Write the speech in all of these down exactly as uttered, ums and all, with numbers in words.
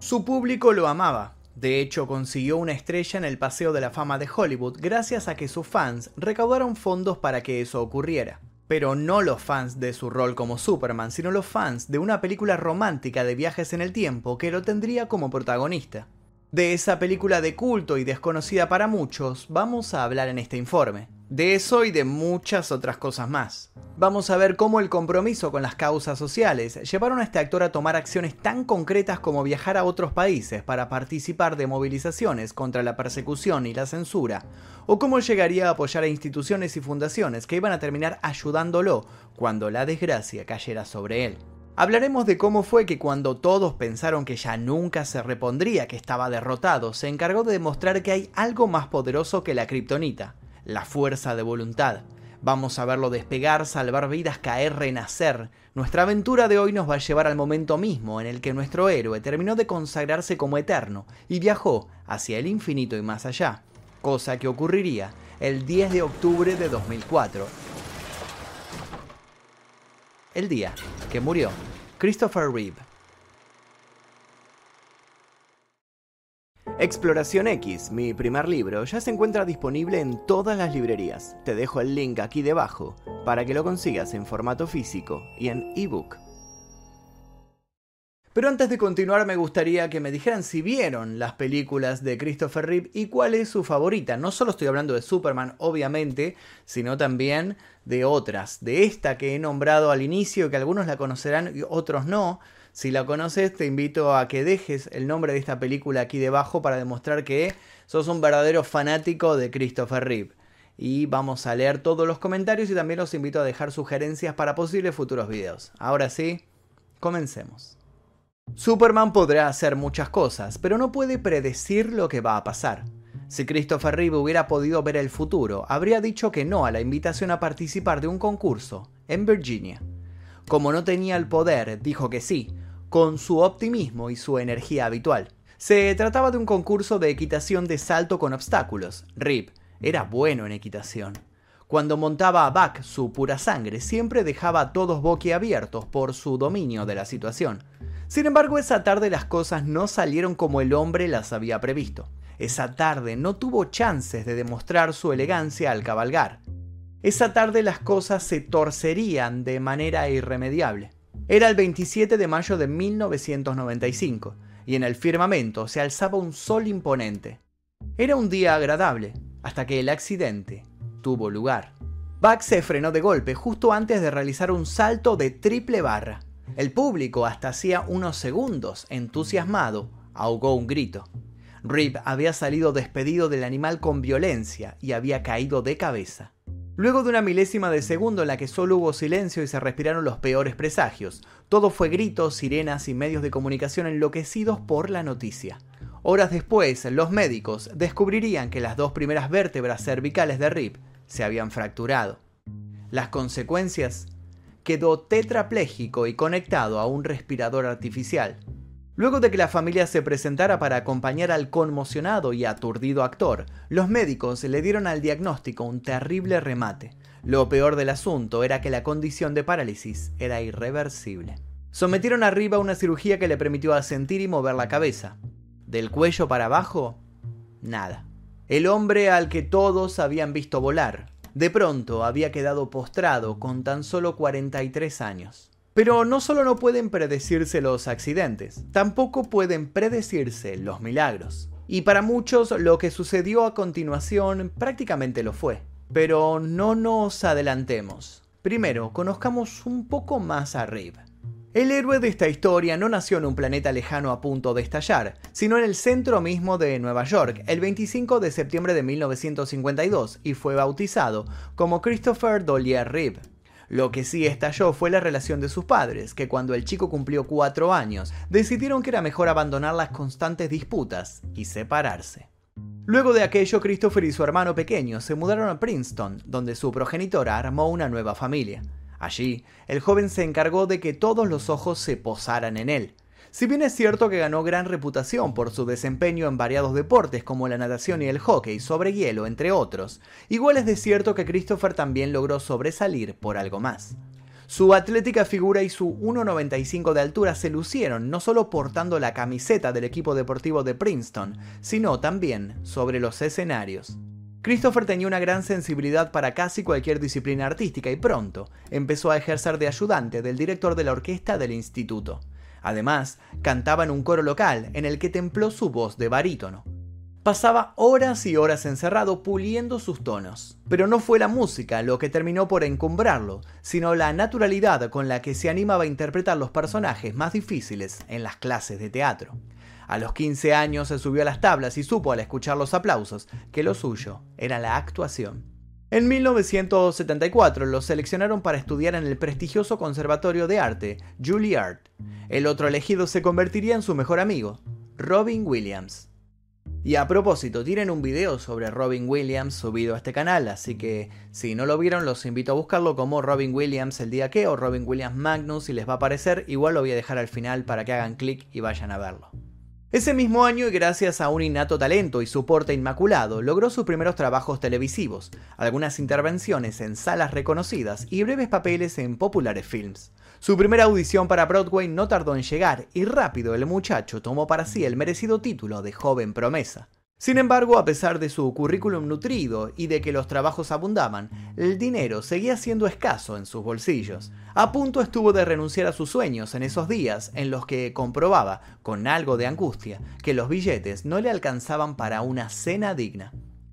Su público lo amaba. De hecho, consiguió una estrella en el Paseo de la Fama de Hollywood gracias a que sus fans recaudaron fondos para que eso ocurriera. Pero no los fans de su rol como Superman, sino los fans de una película romántica de viajes en el tiempo que lo tendría como protagonista. De esa película de culto y desconocida para muchos, vamos a hablar en este informe. De eso y de muchas otras cosas más. Vamos a ver cómo el compromiso con las causas sociales llevaron a este actor a tomar acciones tan concretas como viajar a otros países para participar de movilizaciones contra la persecución y la censura, o cómo llegaría a apoyar a instituciones y fundaciones que iban a terminar ayudándolo cuando la desgracia cayera sobre él. Hablaremos de cómo fue que cuando todos pensaron que ya nunca se repondría, que estaba derrotado, se encargó de demostrar que hay algo más poderoso que la kriptonita, la fuerza de voluntad. Vamos a verlo despegar, salvar vidas, caer, renacer. Nuestra aventura de hoy nos va a llevar al momento mismo en el que nuestro héroe terminó de consagrarse como eterno y viajó hacia el infinito y más allá, cosa que ocurriría el diez de octubre de dos mil cuatro. El día que murió Christopher Reeve. Exploración X, mi primer libro, ya se encuentra disponible en todas las librerías. Te dejo el link aquí debajo para que lo consigas en formato físico y en ebook. Pero antes de continuar me gustaría que me dijeran si vieron las películas de Christopher Reeve y cuál es su favorita. No solo estoy hablando de Superman, obviamente, sino también de otras. De esta que he nombrado al inicio, que algunos la conocerán y otros no. Si la conoces, te invito a que dejes el nombre de esta película aquí debajo para demostrar que sos un verdadero fanático de Christopher Reeve. Y vamos a leer todos los comentarios y también los invito a dejar sugerencias para posibles futuros videos. Ahora sí, comencemos. Superman podrá hacer muchas cosas, pero no puede predecir lo que va a pasar. Si Christopher Reeve hubiera podido ver el futuro, habría dicho que no a la invitación a participar de un concurso en Virginia. Como no tenía el poder, dijo que sí, con su optimismo y su energía habitual. Se trataba de un concurso de equitación de salto con obstáculos. Reeve era bueno en equitación. Cuando montaba a Buck, su pura sangre, siempre dejaba a todos boquiabiertos por su dominio de la situación. Sin embargo, esa tarde las cosas no salieron como el hombre las había previsto. Esa tarde no tuvo chances de demostrar su elegancia al cabalgar. Esa tarde las cosas se torcerían de manera irremediable. Era el veintisiete de mayo de mil novecientos noventa y cinco, y en el firmamento se alzaba un sol imponente. Era un día agradable, hasta que el accidente tuvo lugar. Buck se frenó de golpe justo antes de realizar un salto de triple barra. El público, hasta hacía unos segundos, entusiasmado, ahogó un grito. Reeve había salido despedido del animal con violencia y había caído de cabeza. Luego de una milésima de segundo en la que solo hubo silencio y se respiraron los peores presagios, todo fue gritos, sirenas y medios de comunicación enloquecidos por la noticia. Horas después, los médicos descubrirían que las dos primeras vértebras cervicales de Reeve se habían fracturado. Las consecuencias: quedó tetrapléjico y conectado a un respirador artificial. Luego de que la familia se presentara para acompañar al conmocionado y aturdido actor, los médicos le dieron al diagnóstico un terrible remate. Lo peor del asunto era que la condición de parálisis era irreversible. Sometieron a Reeve a una cirugía que le permitió asentir y mover la cabeza. Del cuello para abajo, nada. El hombre al que todos habían visto volar, de pronto había quedado postrado con tan solo cuarenta y tres años. Pero no solo no pueden predecirse los accidentes, tampoco pueden predecirse los milagros. Y para muchos lo que sucedió a continuación prácticamente lo fue. Pero no nos adelantemos. Primero, conozcamos un poco más a Reeve. El héroe de esta historia no nació en un planeta lejano a punto de estallar, sino en el centro mismo de Nueva York, el veinticinco de septiembre de mil novecientos cincuenta y dos, y fue bautizado como Christopher Dollier Reeve. Lo que sí estalló fue la relación de sus padres, que cuando el chico cumplió cuatro años, decidieron que era mejor abandonar las constantes disputas y separarse. Luego de aquello, Christopher y su hermano pequeño se mudaron a Princeton, donde su progenitora armó una nueva familia. Allí, el joven se encargó de que todos los ojos se posaran en él. Si bien es cierto que ganó gran reputación por su desempeño en variados deportes como la natación y el hockey sobre hielo, entre otros, igual es de cierto que Christopher también logró sobresalir por algo más. Su atlética figura y su uno noventa y cinco de altura se lucieron no solo portando la camiseta del equipo deportivo de Princeton, sino también sobre los escenarios. Christopher tenía una gran sensibilidad para casi cualquier disciplina artística y pronto empezó a ejercer de ayudante del director de la orquesta del instituto. Además, cantaba en un coro local en el que templó su voz de barítono. Pasaba horas y horas encerrado puliendo sus tonos. Pero no fue la música lo que terminó por encumbrarlo, sino la naturalidad con la que se animaba a interpretar los personajes más difíciles en las clases de teatro. A los quince años se subió a las tablas y supo al escuchar los aplausos que lo suyo era la actuación. En mil novecientos setenta y cuatro lo seleccionaron para estudiar en el prestigioso Conservatorio de Arte, Juilliard. El otro elegido se convertiría en su mejor amigo, Robin Williams. Y a propósito, tienen un video sobre Robin Williams subido a este canal, así que si no lo vieron los invito a buscarlo como Robin Williams el día que o Robin Williams Magnus y les va a aparecer, igual lo voy a dejar al final para que hagan clic y vayan a verlo. Ese mismo año, y gracias a un innato talento y su porte inmaculado, logró sus primeros trabajos televisivos, algunas intervenciones en salas reconocidas y breves papeles en populares films. Su primera audición para Broadway no tardó en llegar y rápido el muchacho tomó para sí el merecido título de joven promesa. Sin embargo, a pesar de su currículum nutrido y de que los trabajos abundaban, el dinero seguía siendo escaso en sus bolsillos. A punto estuvo de renunciar a sus sueños en esos días en los que comprobaba, con algo de angustia, que los billetes no le alcanzaban para una cena digna.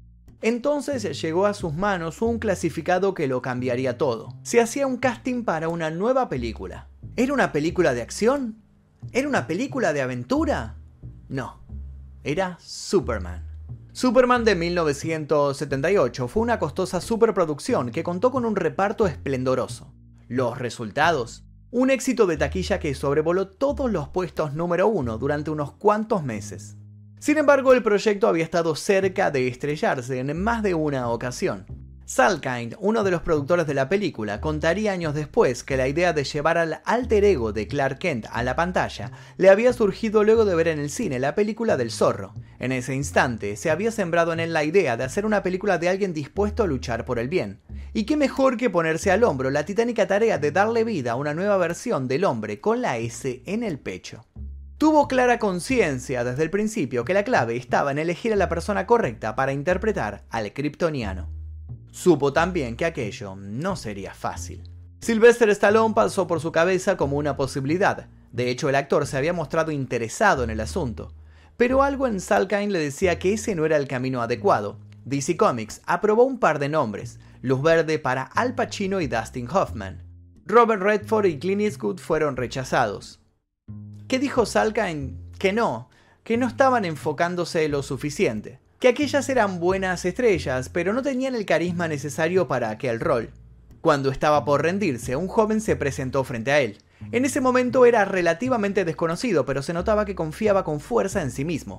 Entonces llegó a sus manos un clasificado que lo cambiaría todo. Se hacía un casting para una nueva película. ¿Era una película de acción? ¿Era una película de aventura? No. Era Superman. Superman de mil novecientos setenta y ocho fue una costosa superproducción que contó con un reparto esplendoroso. Los resultados: un éxito de taquilla que sobrevoló todos los puestos número uno durante unos cuantos meses. Sin embargo, el proyecto había estado cerca de estrellarse en más de una ocasión. Salkind, uno de los productores de la película, contaría años después que la idea de llevar al alter ego de Clark Kent a la pantalla le había surgido luego de ver en el cine la película del Zorro. En ese instante se había sembrado en él la idea de hacer una película de alguien dispuesto a luchar por el bien. Y qué mejor que ponerse al hombro la titánica tarea de darle vida a una nueva versión del hombre con la S en el pecho. Tuvo clara conciencia desde el principio que la clave estaba en elegir a la persona correcta para interpretar al kryptoniano. Supo también que aquello no sería fácil. Sylvester Stallone pasó por su cabeza como una posibilidad. De hecho, el actor se había mostrado interesado en el asunto. Pero algo en Salkind le decía que ese no era el camino adecuado. D C Comics aprobó un par de nombres: luz verde para Al Pacino y Dustin Hoffman. Robert Redford y Clint Eastwood fueron rechazados. ¿Qué dijo Salkind? Que no, que no estaban enfocándose lo suficiente. Que aquellas eran buenas estrellas, pero no tenían el carisma necesario para aquel rol. Cuando estaba por rendirse, un joven se presentó frente a él. En ese momento era relativamente desconocido, pero se notaba que confiaba con fuerza en sí mismo.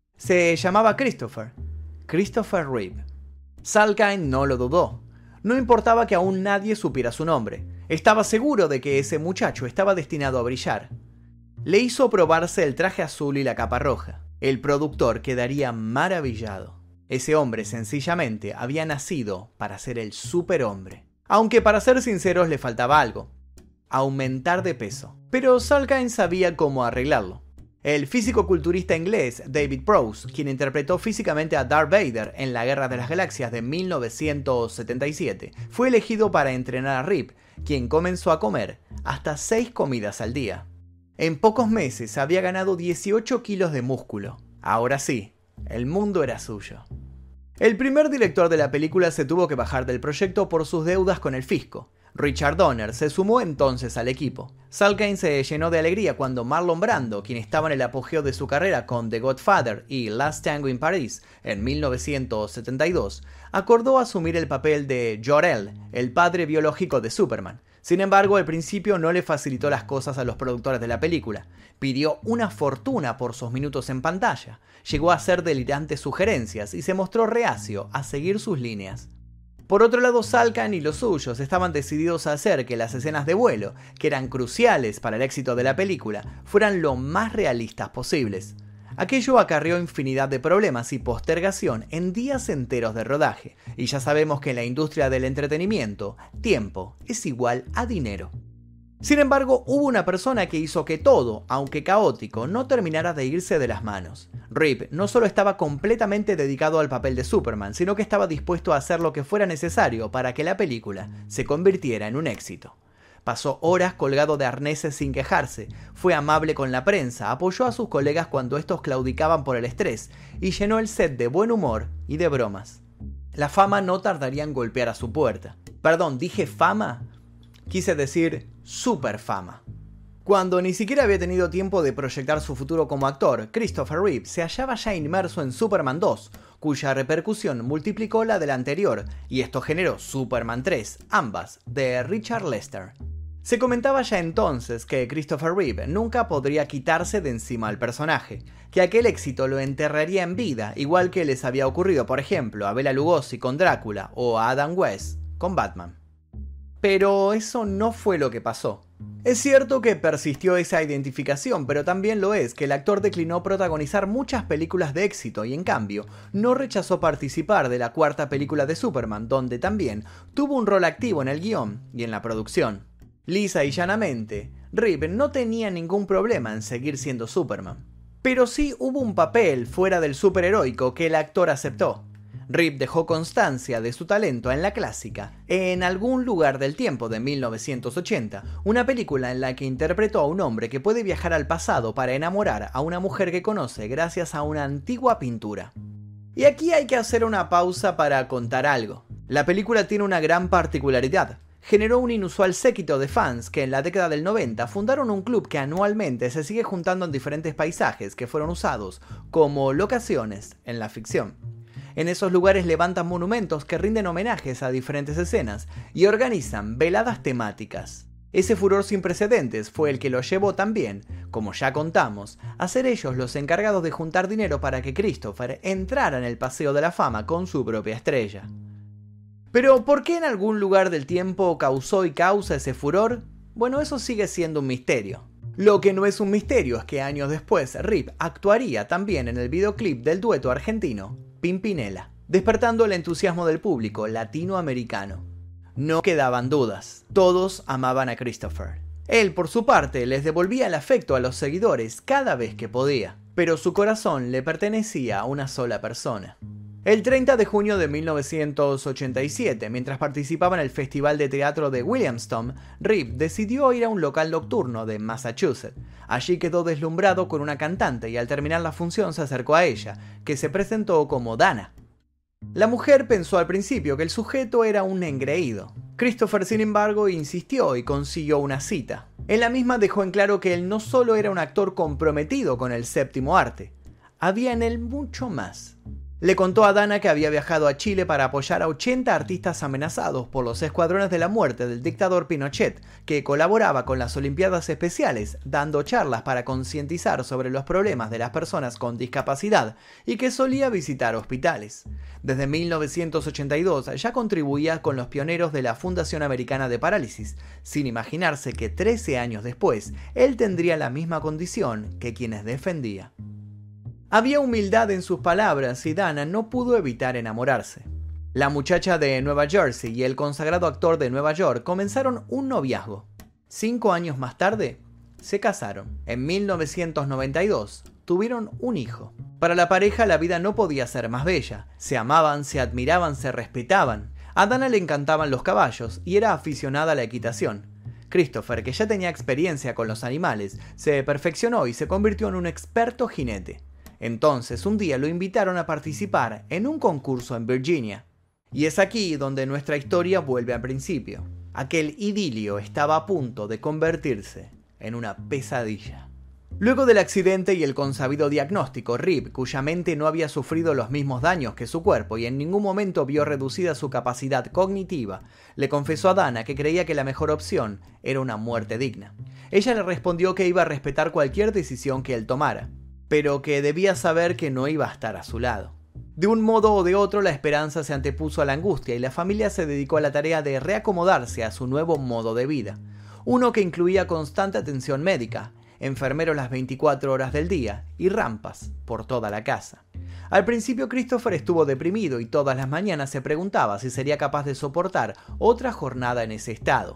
Se llamaba Christopher. Christopher Reeve. Salkind no lo dudó. No importaba que aún nadie supiera su nombre. Estaba seguro de que ese muchacho estaba destinado a brillar. Le hizo probarse el traje azul y la capa roja. El productor quedaría maravillado. Ese hombre sencillamente había nacido para ser el superhombre. Aunque para ser sinceros le faltaba algo: aumentar de peso. Pero Salkind sabía cómo arreglarlo. El físico-culturista inglés David Prowse, quien interpretó físicamente a Darth Vader en la Guerra de las Galaxias de mil novecientos setenta y siete, fue elegido para entrenar a Reeve, quien comenzó a comer hasta seis comidas al día. En pocos meses había ganado dieciocho kilos de músculo. Ahora sí, el mundo era suyo. El primer director de la película se tuvo que bajar del proyecto por sus deudas con el fisco. Richard Donner se sumó entonces al equipo. Salkind se llenó de alegría cuando Marlon Brando, quien estaba en el apogeo de su carrera con The Godfather y Last Tango in Paris en mil novecientos setenta y dos, acordó asumir el papel de Jor-El, el padre biológico de Superman. Sin embargo, al principio no le facilitó las cosas a los productores de la película. Pidió una fortuna por sus minutos en pantalla, llegó a hacer delirantes sugerencias y se mostró reacio a seguir sus líneas. Por otro lado, Salkind y los suyos estaban decididos a hacer que las escenas de vuelo, que eran cruciales para el éxito de la película, fueran lo más realistas posibles. Aquello acarreó infinidad de problemas y postergación en días enteros de rodaje, y ya sabemos que en la industria del entretenimiento, tiempo es igual a dinero. Sin embargo, hubo una persona que hizo que todo, aunque caótico, no terminara de irse de las manos. Reeve no solo estaba completamente dedicado al papel de Superman, sino que estaba dispuesto a hacer lo que fuera necesario para que la película se convirtiera en un éxito. Pasó horas colgado de arneses sin quejarse, fue amable con la prensa, apoyó a sus colegas cuando estos claudicaban por el estrés y llenó el set de buen humor y de bromas. La fama no tardaría en golpear a su puerta. Perdón, ¿dije fama? Quise decir super fama. Cuando ni siquiera había tenido tiempo de proyectar su futuro como actor, Christopher Reeve se hallaba ya inmerso en Superman dos, cuya repercusión multiplicó la de la anterior, y esto generó Superman tres, ambas, de Richard Lester. Se comentaba ya entonces que Christopher Reeve nunca podría quitarse de encima al personaje, que aquel éxito lo enterraría en vida, igual que les había ocurrido, por ejemplo, a Bela Lugosi con Drácula o a Adam West con Batman. Pero eso no fue lo que pasó. Es cierto que persistió esa identificación, pero también lo es que el actor declinó protagonizar muchas películas de éxito y en cambio no rechazó participar de la cuarta película de Superman, donde también tuvo un rol activo en el guión y en la producción. Lisa y llanamente, Reeve no tenía ningún problema en seguir siendo Superman. Pero sí hubo un papel fuera del superheroico que el actor aceptó. Reeve dejó constancia de su talento en la clásica En algún lugar del tiempo de mil novecientos ochenta, una película en la que interpretó a un hombre que puede viajar al pasado para enamorar a una mujer que conoce gracias a una antigua pintura. Y aquí hay que hacer una pausa para contar algo. La película tiene una gran particularidad. Generó un inusual séquito de fans que en la década del noventa fundaron un club que anualmente se sigue juntando en diferentes paisajes que fueron usados como locaciones en la ficción. En esos lugares levantan monumentos que rinden homenajes a diferentes escenas y organizan veladas temáticas. Ese furor sin precedentes fue el que los llevó también, como ya contamos, a ser ellos los encargados de juntar dinero para que Christopher entrara en el Paseo de la Fama con su propia estrella. Pero, ¿por qué en algún lugar del tiempo causó y causa ese furor? Bueno, eso sigue siendo un misterio. Lo que no es un misterio es que años después Reeve actuaría también en el videoclip del dueto argentino Pimpinela, despertando el entusiasmo del público latinoamericano. No quedaban dudas, todos amaban a Christopher. Él, por su parte, les devolvía el afecto a los seguidores cada vez que podía, pero su corazón le pertenecía a una sola persona. El treinta de junio de mil novecientos ochenta y siete, mientras participaba en el Festival de Teatro de Williamstown, Reeve decidió ir a un local nocturno de Massachusetts. Allí quedó deslumbrado con una cantante y al terminar la función se acercó a ella, que se presentó como Dana. La mujer pensó al principio que el sujeto era un engreído. Christopher, sin embargo, insistió y consiguió una cita. En la misma dejó en claro que él no solo era un actor comprometido con el séptimo arte, había en él mucho más. Le contó a Dana que había viajado a Chile para apoyar a ochenta artistas amenazados por los escuadrones de la muerte del dictador Pinochet, que colaboraba con las Olimpiadas Especiales, dando charlas para concientizar sobre los problemas de las personas con discapacidad y que solía visitar hospitales. Desde mil novecientos ochenta y dos ya contribuía con los pioneros de la Fundación Americana de Parálisis, sin imaginarse que trece años después él tendría la misma condición que quienes defendía. Había humildad en sus palabras y Dana no pudo evitar enamorarse. La muchacha de Nueva Jersey y el consagrado actor de Nueva York comenzaron un noviazgo. Cinco años más tarde, se casaron. En mil novecientos noventa y dos, tuvieron un hijo. Para la pareja la vida no podía ser más bella. Se amaban, se admiraban, se respetaban. A Dana le encantaban los caballos y era aficionada a la equitación. Christopher, que ya tenía experiencia con los animales, se perfeccionó y se convirtió en un experto jinete. Entonces, un día lo invitaron a participar en un concurso en Virginia. Y es aquí donde nuestra historia vuelve al principio. Aquel idilio estaba a punto de convertirse en una pesadilla. Luego del accidente y el consabido diagnóstico, Reeve, cuya mente no había sufrido los mismos daños que su cuerpo y en ningún momento vio reducida su capacidad cognitiva, le confesó a Dana que creía que la mejor opción era una muerte digna. Ella le respondió que iba a respetar cualquier decisión que él tomara, pero que debía saber que no iba a estar a su lado. De un modo o de otro, la esperanza se antepuso a la angustia y la familia se dedicó a la tarea de reacomodarse a su nuevo modo de vida, uno que incluía constante atención médica, enfermeros las veinticuatro horas del día y rampas por toda la casa. Al principio Christopher estuvo deprimido y todas las mañanas se preguntaba si sería capaz de soportar otra jornada en ese estado.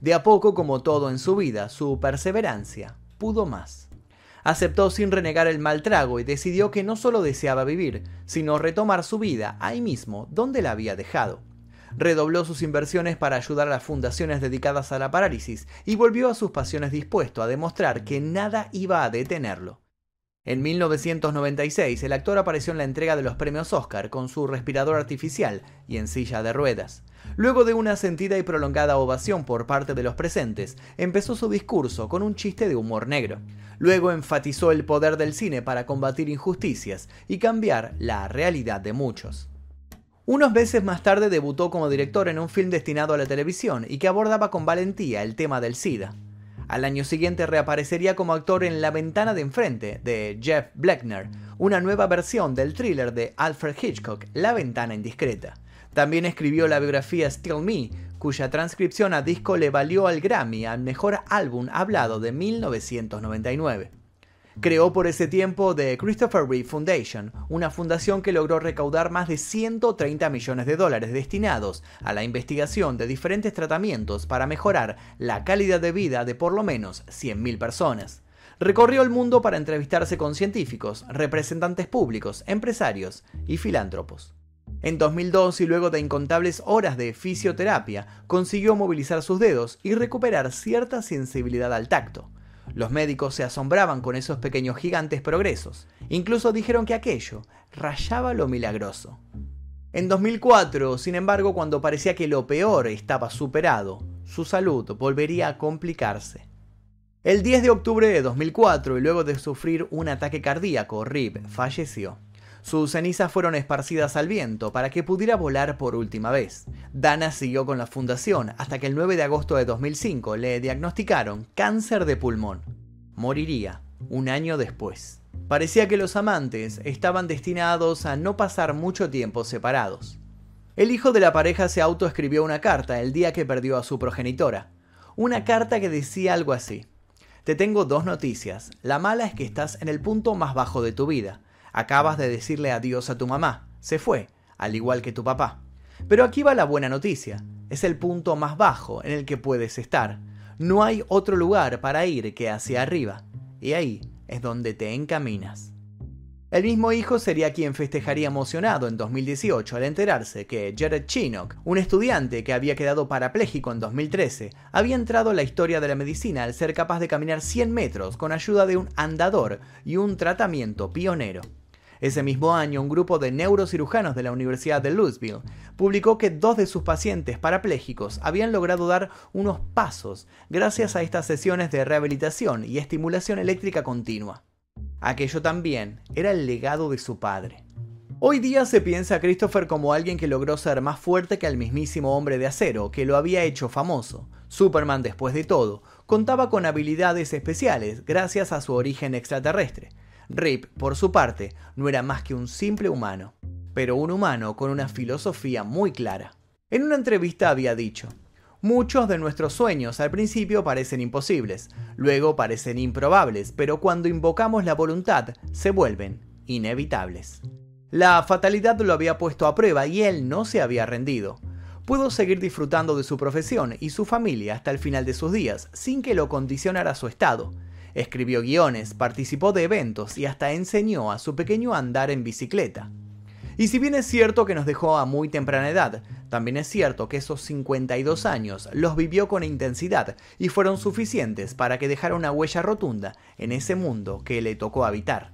De a poco, como todo en su vida, su perseverancia pudo más. Aceptó sin renegar el mal trago y decidió que no solo deseaba vivir, sino retomar su vida ahí mismo donde la había dejado. Redobló sus inversiones para ayudar a las fundaciones dedicadas a la parálisis y volvió a sus pasiones dispuesto a demostrar que nada iba a detenerlo. En mil novecientos noventa y seis, el actor apareció en la entrega de los premios Oscar con su respirador artificial y en silla de ruedas. Luego de una sentida y prolongada ovación por parte de los presentes, empezó su discurso con un chiste de humor negro. Luego enfatizó el poder del cine para combatir injusticias y cambiar la realidad de muchos. Unos meses más tarde debutó como director en un film destinado a la televisión y que abordaba con valentía el tema del SIDA. Al año siguiente reaparecería como actor en La ventana de enfrente, de Jeff Bleckner, una nueva versión del thriller de Alfred Hitchcock, La ventana indiscreta. También escribió la biografía Still Me, cuya transcripción a disco le valió al Grammy al mejor álbum hablado de mil novecientos noventa y nueve. Creó por ese tiempo The Christopher Reeve Foundation, una fundación que logró recaudar más de ciento treinta millones de dólares destinados a la investigación de diferentes tratamientos para mejorar la calidad de vida de por lo menos cien mil personas. Recorrió el mundo para entrevistarse con científicos, representantes públicos, empresarios y filántropos. En dos mil dos, y luego de incontables horas de fisioterapia, consiguió movilizar sus dedos y recuperar cierta sensibilidad al tacto. Los médicos se asombraban con esos pequeños gigantes progresos. Incluso dijeron que aquello rayaba lo milagroso. En dos mil cuatro, sin embargo, cuando parecía que lo peor estaba superado, su salud volvería a complicarse. El diez de octubre de dos mil cuatro, y luego de sufrir un ataque cardíaco, Reeve falleció. Sus cenizas fueron esparcidas al viento para que pudiera volar por última vez. Dana siguió con la fundación hasta que el nueve de agosto de dos mil cinco le diagnosticaron cáncer de pulmón. Moriría un año después. Parecía que los amantes estaban destinados a no pasar mucho tiempo separados. El hijo de la pareja se autoescribió una carta el día que perdió a su progenitora. Una carta que decía algo así: te tengo dos noticias. La mala es que estás en el punto más bajo de tu vida. Acabas de decirle adiós a tu mamá. Se fue, al igual que tu papá. Pero aquí va la buena noticia. Es el punto más bajo en el que puedes estar. No hay otro lugar para ir que hacia arriba. Y ahí es donde te encaminas. El mismo hijo sería quien festejaría emocionado en dos mil dieciocho al enterarse que Jared Chinook, un estudiante que había quedado parapléjico en dos mil trece, había entrado en la historia de la medicina al ser capaz de caminar cien metros con ayuda de un andador y un tratamiento pionero. Ese mismo año, un grupo de neurocirujanos de la Universidad de Louisville publicó que dos de sus pacientes parapléjicos habían logrado dar unos pasos gracias a estas sesiones de rehabilitación y estimulación eléctrica continua. Aquello también era el legado de su padre. Hoy día se piensa a Christopher como alguien que logró ser más fuerte que el mismísimo Hombre de Acero, que lo había hecho famoso. Superman, después de todo, contaba con habilidades especiales gracias a su origen extraterrestre. Reeve, por su parte, no era más que un simple humano, pero un humano con una filosofía muy clara. En una entrevista había dicho: muchos de nuestros sueños al principio parecen imposibles, luego parecen improbables, pero cuando invocamos la voluntad, se vuelven inevitables. La fatalidad lo había puesto a prueba y él no se había rendido. Pudo seguir disfrutando de su profesión y su familia hasta el final de sus días, sin que lo condicionara su estado. Escribió guiones, participó de eventos y hasta enseñó a su pequeño a andar en bicicleta. Y si bien es cierto que nos dejó a muy temprana edad, también es cierto que esos cincuenta y dos años los vivió con intensidad y fueron suficientes para que dejara una huella rotunda en ese mundo que le tocó habitar.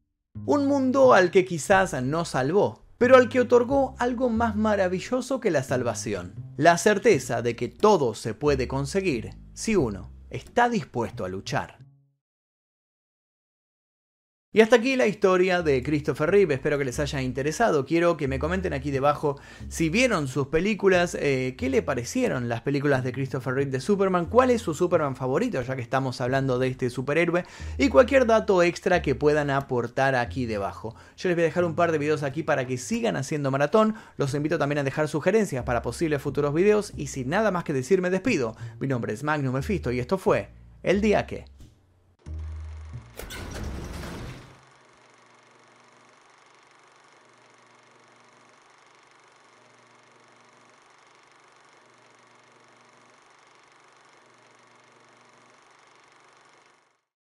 Un mundo al que quizás no salvó, pero al que otorgó algo más maravilloso que la salvación: la certeza de que todo se puede conseguir si uno está dispuesto a luchar. Y hasta aquí la historia de Christopher Reeve. Espero que les haya interesado. Quiero que me comenten aquí debajo si vieron sus películas, eh, qué le parecieron las películas de Christopher Reeve de Superman, cuál es su Superman favorito, ya que estamos hablando de este superhéroe, y cualquier dato extra que puedan aportar aquí debajo. Yo les voy a dejar un par de videos aquí para que sigan haciendo maratón. Los invito también a dejar sugerencias para posibles futuros videos, y sin nada más que decir me despido. Mi nombre es Magnus Mephisto y esto fue El Día Que.